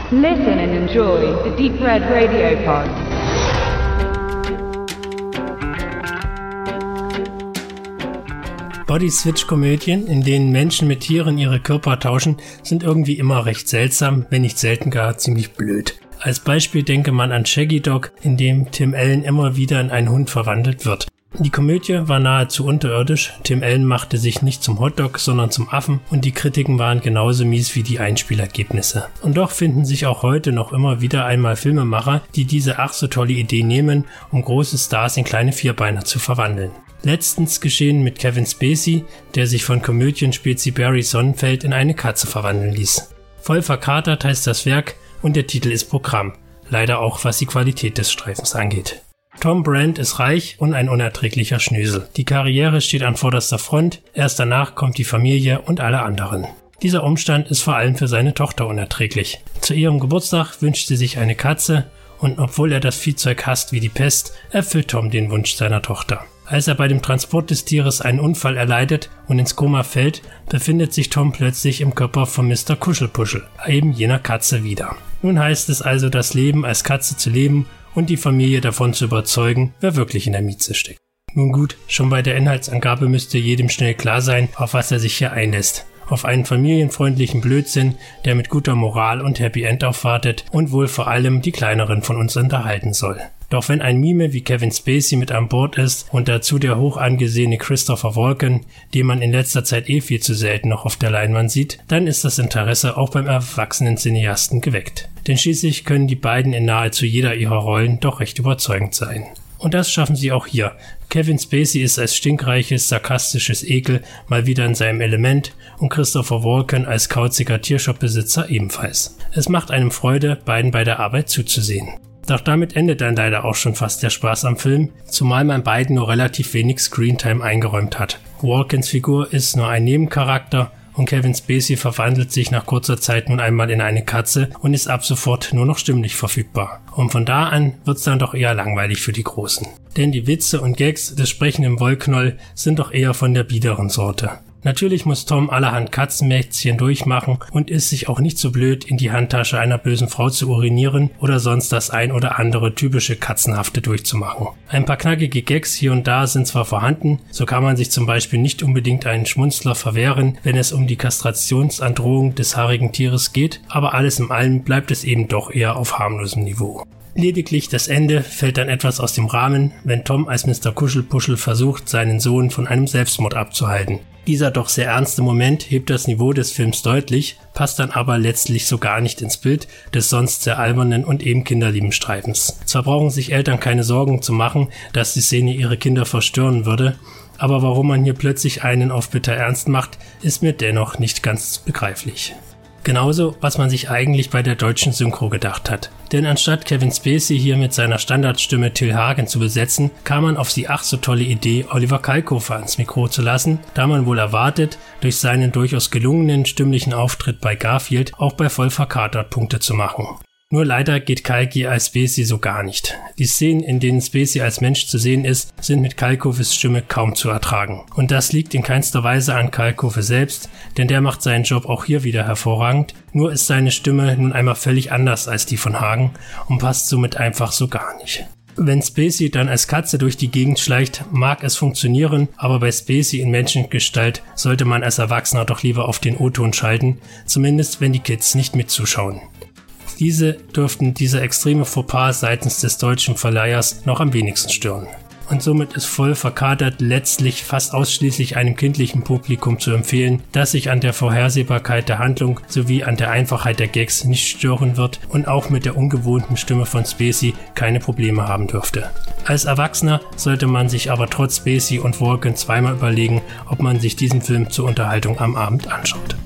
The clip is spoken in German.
Listen and enjoy the Deep Red Radio Pod. Body-Switch-Komödien, in denen Menschen mit Tieren ihre Körper tauschen, sind irgendwie immer recht seltsam, wenn nicht selten gar ziemlich blöd. Als Beispiel denke man an Shaggy Dog, in dem Tim Allen immer wieder in einen Hund verwandelt wird. Die Komödie war nahezu unterirdisch, Tim Allen machte sich nicht zum Hotdog, sondern zum Affen und die Kritiken waren genauso mies wie die Einspielergebnisse. Und doch finden sich auch heute noch immer wieder einmal Filmemacher, die diese ach so tolle Idee nehmen, um große Stars in kleine Vierbeiner zu verwandeln. Letztens geschehen mit Kevin Spacey, der sich von Komödienspezi Barry Sonnenfeld in eine Katze verwandeln ließ. Voll verkatert heißt das Werk und der Titel ist Programm, leider auch was die Qualität des Streifens angeht. Tom Brandt ist reich und ein unerträglicher Schnösel. Die Karriere steht an vorderster Front, erst danach kommt die Familie und alle anderen. Dieser Umstand ist vor allem für seine Tochter unerträglich. Zu ihrem Geburtstag wünscht sie sich eine Katze und obwohl er das Viehzeug hasst wie die Pest, erfüllt Tom den Wunsch seiner Tochter. Als er bei dem Transport des Tieres einen Unfall erleidet und ins Koma fällt, befindet sich Tom plötzlich im Körper von Mr. Kuschelpuschel, eben jener Katze wieder. Nun heißt es also, das Leben als Katze zu leben und die Familie davon zu überzeugen, wer wirklich in der Mieze steckt. Nun gut, schon bei der Inhaltsangabe müsste jedem schnell klar sein, auf was er sich hier einlässt. Auf einen familienfreundlichen Blödsinn, der mit guter Moral und Happy End aufwartet und wohl vor allem die Kleineren von uns unterhalten soll. Doch wenn ein Mime wie Kevin Spacey mit an Bord ist und dazu der hoch angesehene Christopher Walken, den man in letzter Zeit viel zu selten noch auf der Leinwand sieht, dann ist das Interesse auch beim erwachsenen Cineasten geweckt. Denn schließlich können die beiden in nahezu jeder ihrer Rollen doch recht überzeugend sein. Und das schaffen sie auch hier. Kevin Spacey ist als stinkreiches, sarkastisches Ekel mal wieder in seinem Element und Christopher Walken als kauziger Tiershopbesitzer ebenfalls. Es macht einem Freude, beiden bei der Arbeit zuzusehen. Doch damit endet dann leider auch schon fast der Spaß am Film, zumal man beiden nur relativ wenig Screentime eingeräumt hat. Walkens Figur ist nur ein Nebencharakter und Kevin Spacey verwandelt sich nach kurzer Zeit nun einmal in eine Katze und ist ab sofort nur noch stimmlich verfügbar. Und von da an wird's dann doch eher langweilig für die Großen. Denn die Witze und Gags des sprechenden Wollknoll sind doch eher von der biederen Sorte. Natürlich muss Tom allerhand Katzenmätzchen durchmachen und ist sich auch nicht so blöd, in die Handtasche einer bösen Frau zu urinieren oder sonst das ein oder andere typische Katzenhafte durchzumachen. Ein paar knackige Gags hier und da sind zwar vorhanden, so kann man sich zum Beispiel nicht unbedingt einen Schmunzler verwehren, wenn es um die Kastrationsandrohung des haarigen Tieres geht, aber alles in allem bleibt es eben doch eher auf harmlosem Niveau. Lediglich das Ende fällt dann etwas aus dem Rahmen, wenn Tom als Mr. Kuschelpuschel versucht, seinen Sohn von einem Selbstmord abzuhalten. Dieser doch sehr ernste Moment hebt das Niveau des Films deutlich, passt dann aber letztlich so gar nicht ins Bild des sonst sehr albernen und eben kinderlieben Streifens. Zwar brauchen sich Eltern keine Sorgen zu machen, dass die Szene ihre Kinder verstören würde, aber warum man hier plötzlich einen auf bitter ernst macht, ist mir dennoch nicht ganz begreiflich. Genauso, was man sich eigentlich bei der deutschen Synchro gedacht hat. Denn anstatt Kevin Spacey hier mit seiner Standardstimme Till Hagen zu besetzen, kam man auf die ach so tolle Idee, Oliver Kalkofe ans Mikro zu lassen, da man wohl erwartet, durch seinen durchaus gelungenen stimmlichen Auftritt bei Garfield auch bei voll verkatert Punkte zu machen. Nur leider geht Kalki als Spacey so gar nicht. Die Szenen, in denen Spacey als Mensch zu sehen ist, sind mit Kalkofes Stimme kaum zu ertragen. Und das liegt in keinster Weise an Kalkofe selbst, denn der macht seinen Job auch hier wieder hervorragend, nur ist seine Stimme nun einmal völlig anders als die von Hagen und passt somit einfach so gar nicht. Wenn Spacey dann als Katze durch die Gegend schleicht, mag es funktionieren, aber bei Spacey in Menschengestalt sollte man als Erwachsener doch lieber auf den O-Ton schalten, zumindest wenn die Kids nicht mitzuschauen. Diese dürften diese extreme Fauxpas seitens des deutschen Verleihers noch am wenigsten stören. Und somit ist voll verkatert letztlich fast ausschließlich einem kindlichen Publikum zu empfehlen, das sich an der Vorhersehbarkeit der Handlung sowie an der Einfachheit der Gags nicht stören wird und auch mit der ungewohnten Stimme von Spacey keine Probleme haben dürfte. Als Erwachsener sollte man sich aber trotz Spacey und Walken zweimal überlegen, ob man sich diesen Film zur Unterhaltung am Abend anschaut.